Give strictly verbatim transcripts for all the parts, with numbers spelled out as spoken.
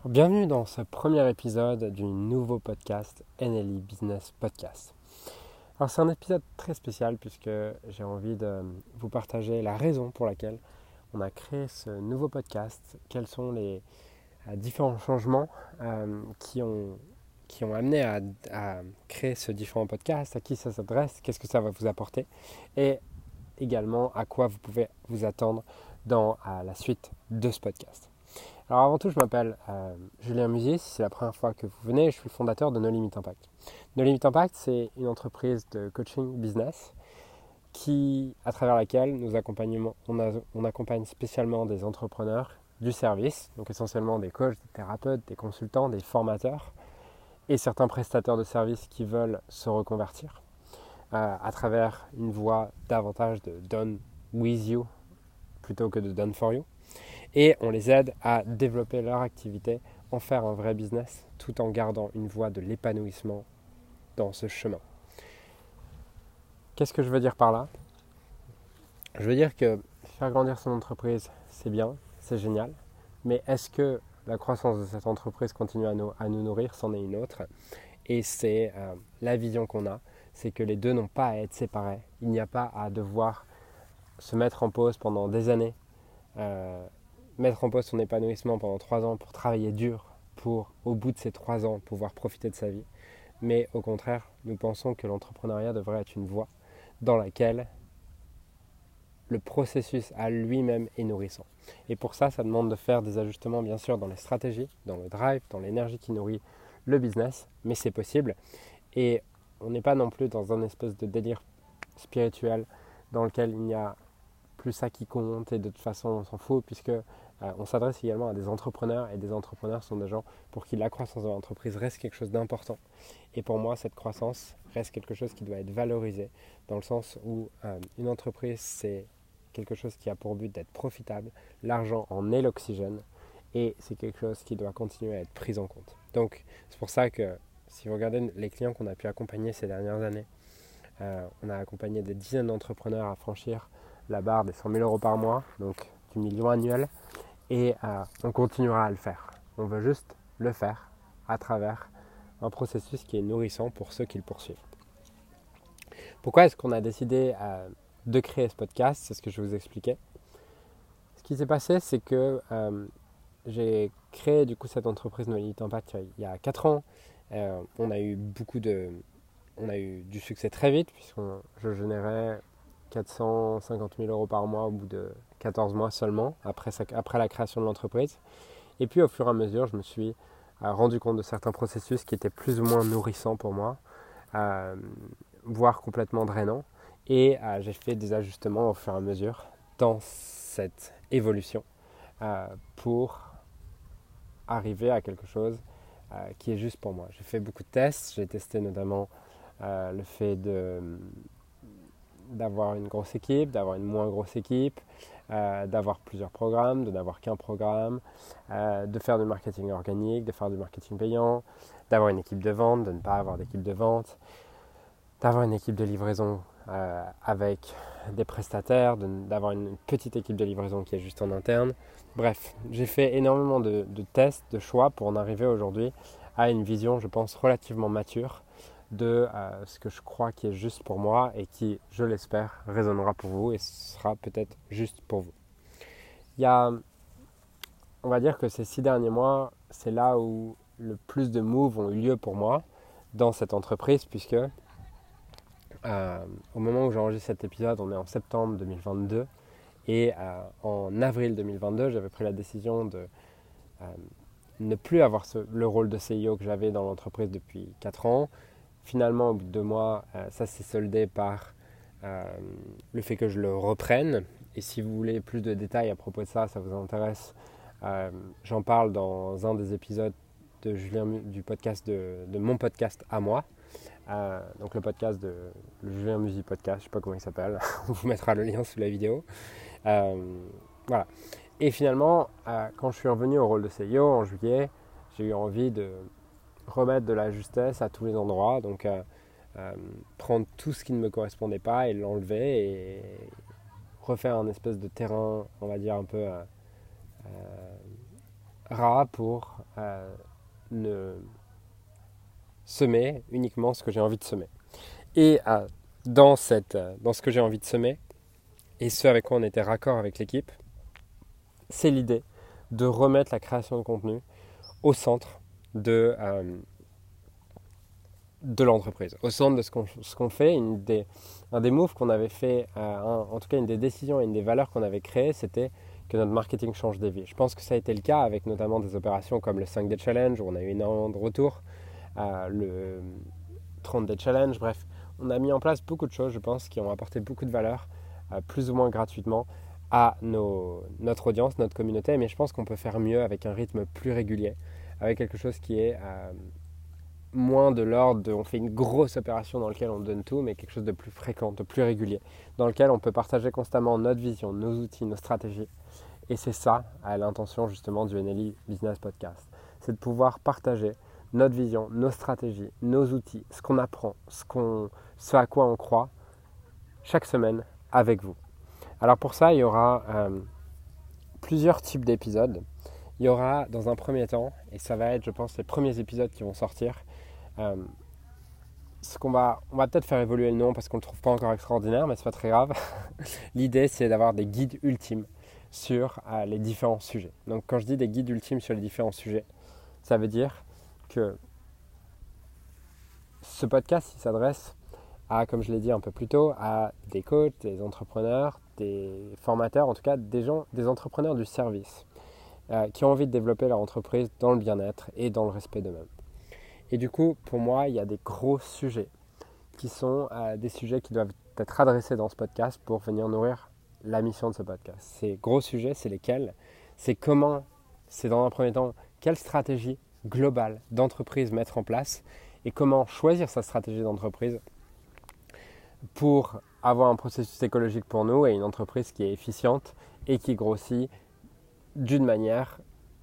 Bienvenue dans ce premier épisode du nouveau podcast N L I Business Podcast. Alors c'est un épisode très spécial puisque j'ai envie de vous partager la raison pour laquelle on a créé ce nouveau podcast, quels sont les euh, différents changements euh, qui, ont, qui ont amené à, à créer ce différent podcast, à qui ça s'adresse, qu'est-ce que ça va vous apporter et également à quoi vous pouvez vous attendre dans à la suite de ce podcast. Alors avant tout, je m'appelle euh, Julien Musier, si c'est la première fois que vous venez, je suis le fondateur de No Limit Impact. No Limit Impact, c'est une entreprise de coaching business qui, à travers laquelle nous accompagnons, on, a, on accompagne spécialement des entrepreneurs du service, donc essentiellement des coachs, des thérapeutes, des consultants, des formateurs et certains prestataires de services qui veulent se reconvertir euh, à travers une voie davantage de done with you plutôt que de done for you. Et on les aide à développer leur activité, en faire un vrai business, tout en gardant une voie de l'épanouissement dans ce chemin. Qu'est-ce que je veux dire par là ? Je veux dire que faire grandir son entreprise, c'est bien, c'est génial, mais est-ce que la croissance de cette entreprise continue à nous, à nous nourrir ? C'en est une autre. Et c'est euh, la vision qu'on a, c'est que les deux n'ont pas à être séparés. Il n'y a pas à devoir se mettre en pause pendant des années, euh, mettre en pause son épanouissement pendant trois ans pour travailler dur, pour au bout de ces trois ans pouvoir profiter de sa vie. Mais au contraire, nous pensons que l'entrepreneuriat devrait être une voie dans laquelle le processus à lui-même est nourrissant. Et pour ça, ça demande de faire des ajustements bien sûr dans les stratégies, dans le drive, dans l'énergie qui nourrit le business, mais c'est possible. Et on n'est pas non plus dans un espèce de délire spirituel dans lequel il n'y a plus ça qui compte et de toute façon on s'en fout puisque euh, on s'adresse également à des entrepreneurs et des entrepreneurs sont des gens pour qui la croissance de l'entreprise reste quelque chose d'important. Et pour moi, cette croissance reste quelque chose qui doit être valorisé dans le sens où euh, une entreprise, c'est quelque chose qui a pour but d'être profitable, l'argent en est l'oxygène et c'est quelque chose qui doit continuer à être pris en compte. Donc c'est pour ça que si vous regardez les clients qu'on a pu accompagner ces dernières années, euh, on a accompagné des dizaines d'entrepreneurs à franchir la barre des cent mille euros par mois, donc du million annuel, et euh, on continuera à le faire. On veut juste le faire à travers un processus qui est nourrissant pour ceux qui le poursuivent. Pourquoi est-ce qu'on a décidé euh, de créer ce podcast ? C'est ce que je vais vous expliquer. Ce qui s'est passé, c'est que euh, j'ai créé du coup cette entreprise No Limit Impact il y a quatre ans. Euh, on a eu beaucoup de, on a eu du succès très vite puisque je générais quatre cent cinquante mille euros par mois au bout de quatorze mois seulement, après, sa, après la création de l'entreprise. Et puis au fur et à mesure, je me suis euh, rendu compte de certains processus qui étaient plus ou moins nourrissants pour moi, euh, voire complètement drainants. Et euh, j'ai fait des ajustements au fur et à mesure dans cette évolution euh, pour arriver à quelque chose euh, qui est juste pour moi. J'ai fait beaucoup de tests, j'ai testé notamment euh, le fait de d'avoir une grosse équipe, d'avoir une moins grosse équipe, euh, d'avoir plusieurs programmes, de n'avoir qu'un programme, euh, de faire du marketing organique, de faire du marketing payant, d'avoir une équipe de vente, de ne pas avoir d'équipe de vente, d'avoir une équipe de livraison euh, avec des prestataires, de, d'avoir une petite équipe de livraison qui est juste en interne. Bref, j'ai fait énormément de, de tests, de choix pour en arriver aujourd'hui à une vision, je pense, relativement mature de euh, ce que je crois qui est juste pour moi et qui, je l'espère, résonnera pour vous et sera peut-être juste pour vous. Il y a, on va dire que ces six derniers mois, c'est là où le plus de moves ont eu lieu pour moi dans cette entreprise puisque euh, au moment où j'enregistre cet épisode, on est en septembre deux mille vingt-deux et euh, en avril deux mille vingt-deux, j'avais pris la décision de euh, ne plus avoir ce, le rôle de C E O que j'avais dans l'entreprise depuis quatre ans. Finalement, au bout de deux mois, euh, ça s'est soldé par euh, le fait que je le reprenne. Et si vous voulez plus de détails à propos de ça, ça vous intéresse, euh, j'en parle dans un des épisodes de Julien, du podcast de, de mon podcast à moi. Euh, donc le podcast de le Julien Music Podcast, je ne sais pas comment il s'appelle, on vous mettra le lien sous la vidéo. Euh, voilà. Et finalement, euh, quand je suis revenu au rôle de C E O en juillet, j'ai eu envie de remettre de la justesse à tous les endroits, donc euh, euh, prendre tout ce qui ne me correspondait pas et l'enlever et refaire un espèce de terrain, on va dire un peu euh, euh, pour euh, ne semer uniquement ce que j'ai envie de semer. Et euh, dans, cette, euh, dans ce que j'ai envie de semer, et ce avec quoi on était raccord avec l'équipe, c'est l'idée de remettre la création de contenu au centre de, euh, de l'entreprise, au centre de ce qu'on, ce qu'on fait. Une des, un des moves qu'on avait fait, euh, un, en tout cas une des décisions et une des valeurs qu'on avait créées, c'était que notre marketing change des vies. Je pense que ça a été le cas avec notamment des opérations comme le cinq day challenge, où on a eu énormément de retours, euh, le trente day challenge, bref. On a mis en place beaucoup de choses, je pense, qui ont apporté beaucoup de valeur, euh, plus ou moins gratuitement, à nos, notre audience, notre communauté. Mais je pense qu'on peut faire mieux avec un rythme plus régulier, avec quelque chose qui est euh, moins de l'ordre de on fait une grosse opération dans laquelle on donne tout, mais quelque chose de plus fréquent, de plus régulier, dans lequel on peut partager constamment notre vision, nos outils, nos stratégies. Et c'est ça, à l'intention justement du N L I Business Podcast. C'est de pouvoir partager notre vision, nos stratégies, nos outils, ce qu'on apprend, ce, qu'on, ce à quoi on croit, chaque semaine avec vous. Alors pour ça, il y aura euh, plusieurs types d'épisodes. Il y aura dans un premier temps, et ça va être, je pense, les premiers épisodes qui vont sortir, euh, ce qu'on va, on va peut-être faire évoluer le nom parce qu'on ne le trouve pas encore extraordinaire, mais c'est pas très grave. L'idée, c'est d'avoir des guides ultimes sur euh, les différents sujets. Donc quand je dis des guides ultimes sur les différents sujets, ça veut dire que ce podcast il s'adresse à, comme je l'ai dit un peu plus tôt, à des coachs, des entrepreneurs, des formateurs, en tout cas des gens, des entrepreneurs du service euh, qui ont envie de développer leur entreprise dans le bien-être et dans le respect d'eux-mêmes. Et du coup, pour moi, il y a des gros sujets qui sont euh, des sujets qui doivent être adressés dans ce podcast pour venir nourrir la mission de ce podcast. Ces gros sujets, c'est lesquels ? C'est comment, c'est dans un premier temps, quelle stratégie globale d'entreprise mettre en place et comment choisir sa stratégie d'entreprise pour avoir un processus écologique pour nous et une entreprise qui est efficiente et qui grossit d'une manière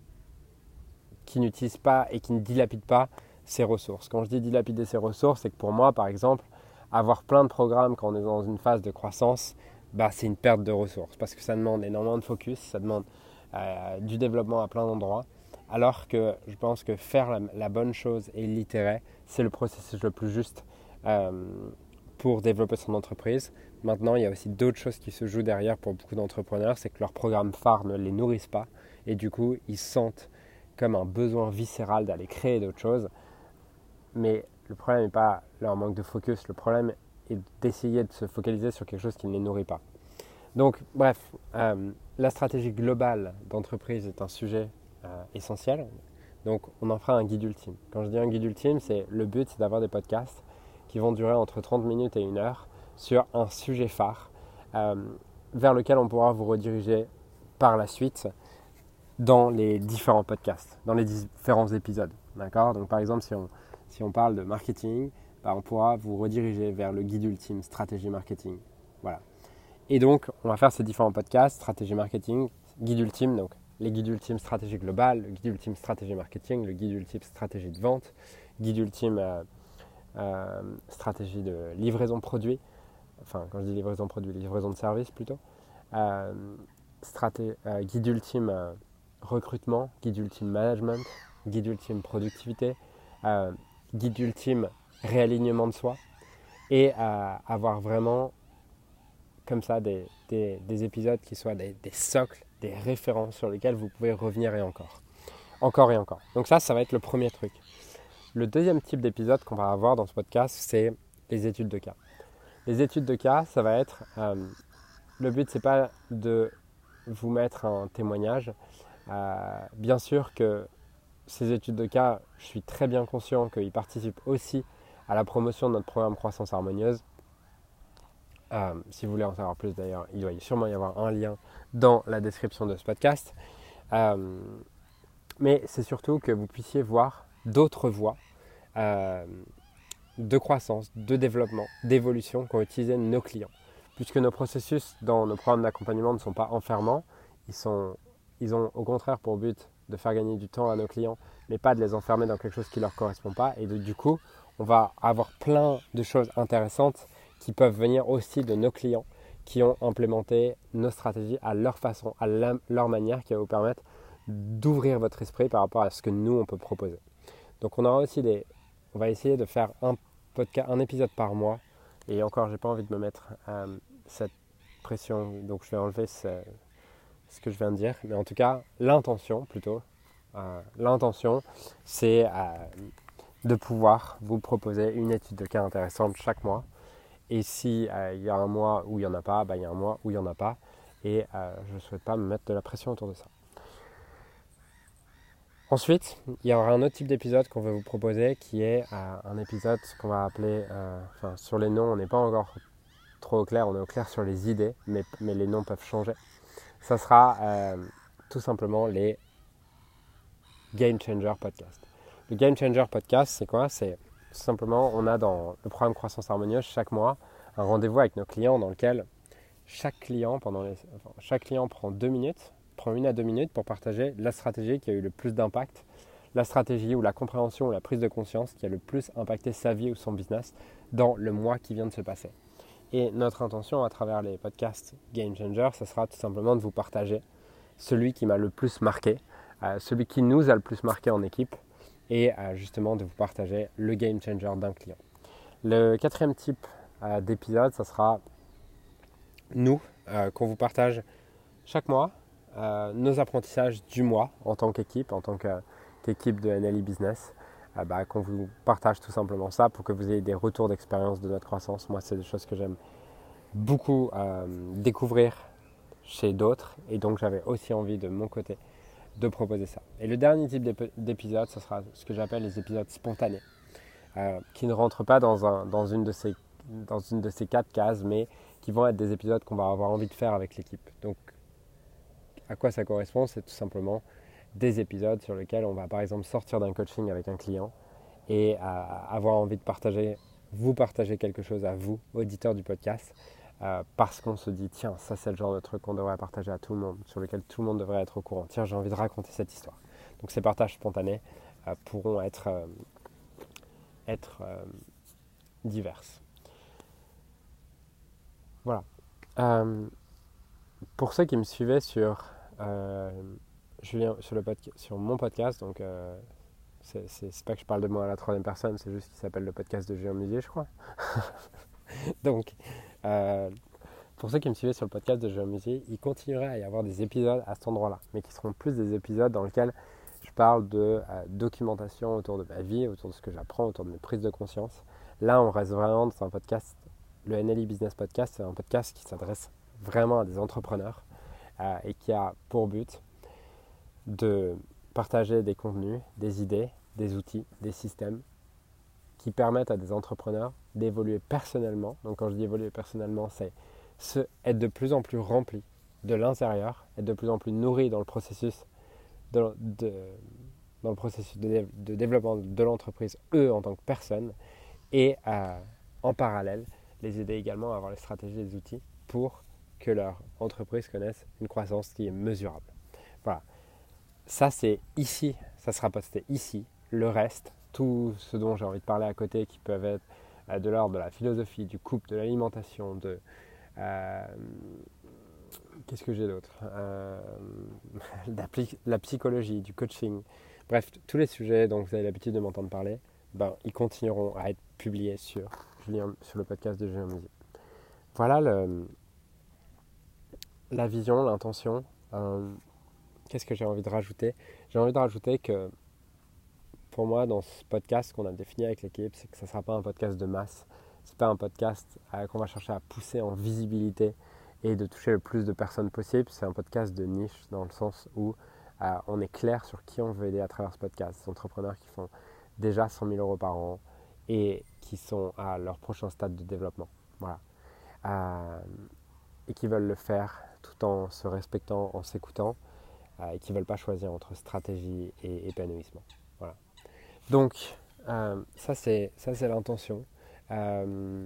qui n'utilise pas et qui ne dilapide pas ses ressources. Quand je dis dilapider ses ressources, c'est que pour moi, par exemple, avoir plein de programmes quand on est dans une phase de croissance, bah, c'est une perte de ressources parce que ça demande énormément de focus, ça demande euh, du développement à plein d'endroits. Alors que je pense que faire la, la bonne chose et l'itérer, c'est le processus le plus juste euh, pour développer son entreprise. Maintenant, il y a aussi d'autres choses qui se jouent derrière pour beaucoup d'entrepreneurs, c'est que leurs programmes phares ne les nourrissent pas et du coup, ils sentent comme un besoin viscéral d'aller créer d'autres choses. Mais le problème n'est pas leur manque de focus, le problème est d'essayer de se focaliser sur quelque chose qui ne les nourrit pas. Donc, bref, euh, la stratégie globale d'entreprise est un sujet euh, essentiel. Donc, on en fera un guide ultime. Quand je dis un guide ultime, c'est le but, c'est d'avoir des podcasts qui vont durer entre trente minutes et une heure sur un sujet phare euh, vers lequel on pourra vous rediriger par la suite dans les différents podcasts, dans les différents épisodes. D'accord ? Donc, par exemple, si on, si on parle de marketing, bah, on pourra vous rediriger vers le guide ultime stratégie marketing. Voilà. Et donc, on va faire ces différents podcasts, stratégie marketing, guide ultime, donc les guides ultimes stratégie globale, le guide ultime stratégie marketing, le guide ultime stratégie de vente, guide ultime euh, euh, stratégie de livraison produit, enfin quand je dis livraison produit, livraison de service plutôt, euh, straté- euh, guide ultime euh, recrutement, guide ultime management, guide ultime productivité, euh, guide ultime réalignement de soi et euh, avoir vraiment comme ça des, des, des épisodes qui soient des, des socles, des références sur lesquelles vous pouvez revenir et encore. Encore et encore. Donc ça, ça va être le premier truc. Le deuxième type d'épisode qu'on va avoir dans ce podcast, c'est les études de cas. Les études de cas, ça va être... Euh, le but, c'est pas de vous mettre un témoignage. Euh, bien sûr que ces études de cas, je suis très bien conscient qu'ils participent aussi à la promotion de notre programme Croissance Harmonieuse. Euh, si vous voulez en savoir plus d'ailleurs, il doit sûrement y avoir un lien dans la description de ce podcast. Euh, mais c'est surtout que vous puissiez voir d'autres voies euh, de croissance, de développement, d'évolution qu'ont utilisé nos clients. Puisque nos processus dans nos programmes d'accompagnement ne sont pas enfermants, ils, sont, ils ont au contraire pour but de faire gagner du temps à nos clients, mais pas de les enfermer dans quelque chose qui ne leur correspond pas. Et de, du coup, on va avoir plein de choses intéressantes qui peuvent venir aussi de nos clients qui ont implémenté nos stratégies à leur façon, à la, leur manière, qui va vous permettre d'ouvrir votre esprit par rapport à ce que nous, on peut proposer. Donc on aura aussi des... On va essayer de faire un, podcast, un épisode par mois. Et encore, j'ai pas envie de me mettre euh, cette pression. Donc je vais enlever ce, ce que je viens de dire. Mais en tout cas, l'intention plutôt. Euh, l'intention, c'est euh, de pouvoir vous proposer une étude de cas intéressante chaque mois. Et si euh, il y a un mois où il n'y en a pas, bah, il y a un mois où il n'y en a pas. Et euh, je ne souhaite pas me mettre de la pression autour de ça. Ensuite, il y aura un autre type d'épisode qu'on va vous proposer qui est euh, un épisode qu'on va appeler, euh, enfin sur les noms, on n'est pas encore trop au clair, on est au clair sur les idées, mais, mais les noms peuvent changer. Ça sera euh, tout simplement les Game Changer Podcast. Le Game Changer Podcast, c'est quoi? C'est tout simplement, on a dans le programme Croissance Harmonieuse chaque mois un rendez-vous avec nos clients dans lequel chaque client, pendant les, enfin, chaque client prend deux minutes, prend une à deux minutes pour partager la stratégie qui a eu le plus d'impact, la stratégie ou la compréhension ou la prise de conscience qui a le plus impacté sa vie ou son business dans le mois qui vient de se passer. Et notre intention à travers les podcasts Game Changer, ce sera tout simplement de vous partager celui qui m'a le plus marqué, euh, celui qui nous a le plus marqué en équipe et euh, justement de vous partager le Game Changer d'un client. Le quatrième type euh, d'épisode, ça sera nous, euh, qu'on vous partage chaque mois euh, nos apprentissages du mois en tant qu'équipe, en tant qu'équipe de N L I Business, euh, bah, qu'on vous partage tout simplement ça pour que vous ayez des retours d'expérience de notre croissance. Moi, c'est des choses que j'aime beaucoup euh, découvrir chez d'autres et donc j'avais aussi envie de mon côté de proposer ça. Et le dernier type d'épisode, ce sera ce que j'appelle les épisodes spontanés, euh, qui ne rentrent pas dans, un, dans, une de ces, dans une de ces quatre cases, mais qui vont être des épisodes qu'on va avoir envie de faire avec l'équipe. Donc, à quoi ça correspond? C'est tout simplement des épisodes sur lesquels on va par exemple sortir d'un coaching avec un client et euh, avoir envie de partager, vous partager quelque chose à vous, auditeurs du podcast, euh, parce qu'on se dit, tiens, ça c'est le genre de truc qu'on devrait partager à tout le monde, sur lequel tout le monde devrait être au courant. Tiens, j'ai envie de raconter cette histoire. Donc ces partages spontanés euh, pourront être, euh, être euh, diverses. Voilà. Euh, pour ceux qui me suivaient sur, euh, Julien, sur, le podca- sur mon podcast, donc euh, c'est, c'est, c'est pas que je parle de moi à la troisième personne, c'est juste qu'il s'appelle le podcast de Julien Musier, je crois. donc, euh, pour ceux qui me suivaient sur le podcast de Julien Musier, il continuerait à y avoir des épisodes à cet endroit-là, mais qui seront plus des épisodes dans lesquels je parle de euh, documentation autour de ma vie, autour de ce que j'apprends, autour de mes prises de conscience. Là, on reste vraiment dans un podcast. Le N L I Business Podcast, c'est un podcast qui s'adresse vraiment à des entrepreneurs euh, et qui a pour but de partager des contenus, des idées, des outils, des systèmes qui permettent à des entrepreneurs d'évoluer personnellement. Donc quand je dis évoluer personnellement, c'est se, être de plus en plus rempli de l'intérieur, être de plus en plus nourri dans le processus de, de, dans le processus de, de développement de l'entreprise, eux en tant que personnes, et euh, en parallèle, les aider également à avoir les stratégies et les outils pour que leur entreprise connaisse une croissance qui est mesurable. Voilà. Ça, c'est ici, ça sera posté ici. Le reste, tout ce dont j'ai envie de parler à côté, qui peuvent être euh, de l'ordre de la philosophie, du couple, de l'alimentation, de... Euh, qu'est-ce que j'ai d'autre euh, la, la psychologie, du coaching. Bref, tous les sujets dont vous avez l'habitude de m'entendre parler, ben, ils continueront à être publiés sur, Julien, sur le podcast de Julien Musier. Voilà le, la vision, l'intention. Euh, qu'est-ce que j'ai envie de rajouter? J'ai envie de rajouter que pour moi, dans ce podcast qu'on a défini avec l'équipe, c'est que ça ne sera pas un podcast de masse. Ce n'est pas un podcast euh, qu'on va chercher à pousser en visibilité et de toucher le plus de personnes possible. C'est un podcast de niche dans le sens où euh, on est clair sur qui on veut aider à travers ce podcast. Des entrepreneurs qui font déjà cent mille euros par an et qui sont à leur prochain stade de développement. Voilà. Euh, et qui veulent le faire tout en se respectant, en s'écoutant euh, et qui ne veulent pas choisir entre stratégie et épanouissement. Voilà. Donc, euh, ça, c'est, ça c'est l'intention. Euh,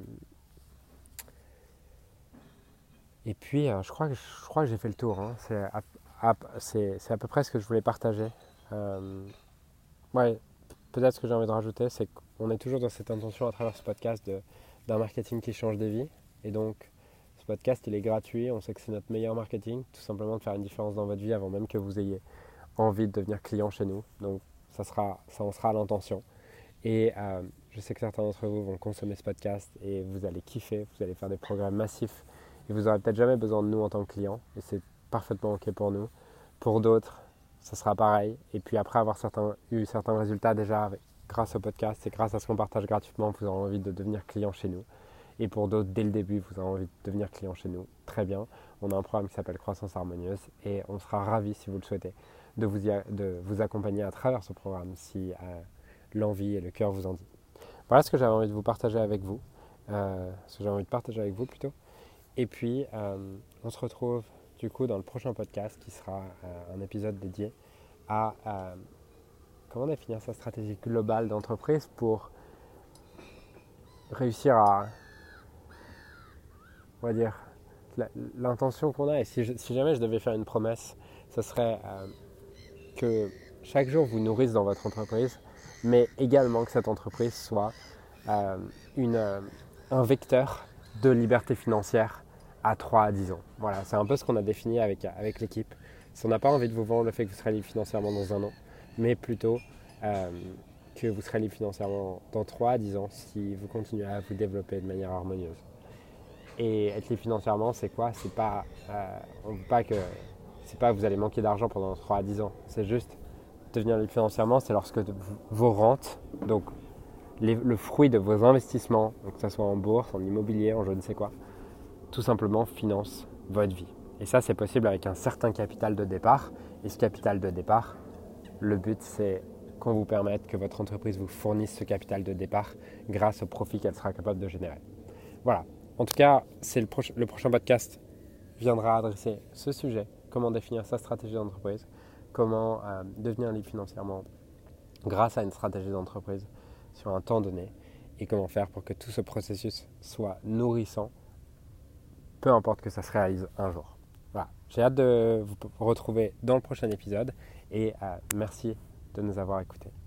et puis, euh, je, crois que, je crois que j'ai fait le tour. Hein. C'est, à, à, c'est, c'est à peu près ce que je voulais partager. Euh, ouais, peut-être ce que j'ai envie de rajouter, c'est qu'on est toujours dans cette intention à travers ce podcast de, d'un marketing qui change des vies. Et donc, ce podcast, il est gratuit. On sait que c'est notre meilleur marketing. Tout simplement de faire une différence dans votre vie avant même que vous ayez envie de devenir client chez nous. Donc ça, sera, ça en sera l'intention. Et euh, je sais que certains d'entre vous vont consommer ce podcast et vous allez kiffer, vous allez faire des progrès massifs et vous n'aurez peut-être jamais besoin de nous en tant que client et c'est parfaitement OK pour nous. Pour d'autres, ça sera pareil. Et puis après avoir certains, eu certains résultats déjà avec, grâce au podcast et grâce à ce qu'on partage gratuitement, vous aurez envie de devenir client chez nous. Et pour d'autres, dès le début, vous avez envie de devenir client chez nous. Très bien. On a un programme qui s'appelle Croissance Harmonieuse et on sera ravis, si vous le souhaitez, de vous, y a, de vous accompagner à travers ce programme si euh, l'envie et le cœur vous en dit. Voilà ce que j'avais envie de vous partager avec vous, euh, ce que j'avais envie de partager avec vous plutôt. Et puis, euh, on se retrouve du coup dans le prochain podcast qui sera euh, un épisode dédié à euh, comment définir sa stratégie globale d'entreprise pour réussir à, on va dire, l'intention qu'on a. Et si, je, si jamais je devais faire une promesse, ce serait euh, que chaque jour vous nourrisse dans votre entreprise, mais également que cette entreprise soit euh, une, euh, un vecteur de liberté financière à trois à dix ans. Voilà, c'est un peu ce qu'on a défini avec, avec l'équipe. Si on n'a pas envie de vous vendre le fait que vous serez libre financièrement dans un an, mais plutôt euh, que vous serez libre financièrement dans trois à dix ans si vous continuez à vous développer de manière harmonieuse. Et être libre financièrement, c'est quoi ? C'est pas, euh, on veut pas que, c'est pas que vous allez manquer d'argent pendant trois à dix ans. C'est juste devenir libre financièrement, c'est lorsque vos rentes, donc les, le fruit de vos investissements, donc que ce soit en bourse, en immobilier, en je ne sais quoi, tout simplement finance votre vie. Et ça, c'est possible avec un certain capital de départ. Et ce capital de départ, le but, c'est qu'on vous permette que votre entreprise vous fournisse ce capital de départ grâce au profit qu'elle sera capable de générer. Voilà. En tout cas, c'est le, proche, le prochain podcast viendra adresser ce sujet, comment définir sa stratégie d'entreprise, comment euh, devenir libre financièrement grâce à une stratégie d'entreprise sur un temps donné et comment faire pour que tout ce processus soit nourrissant, peu importe que ça se réalise un jour. Voilà. J'ai hâte de vous retrouver dans le prochain épisode et euh, merci de nous avoir écoutés.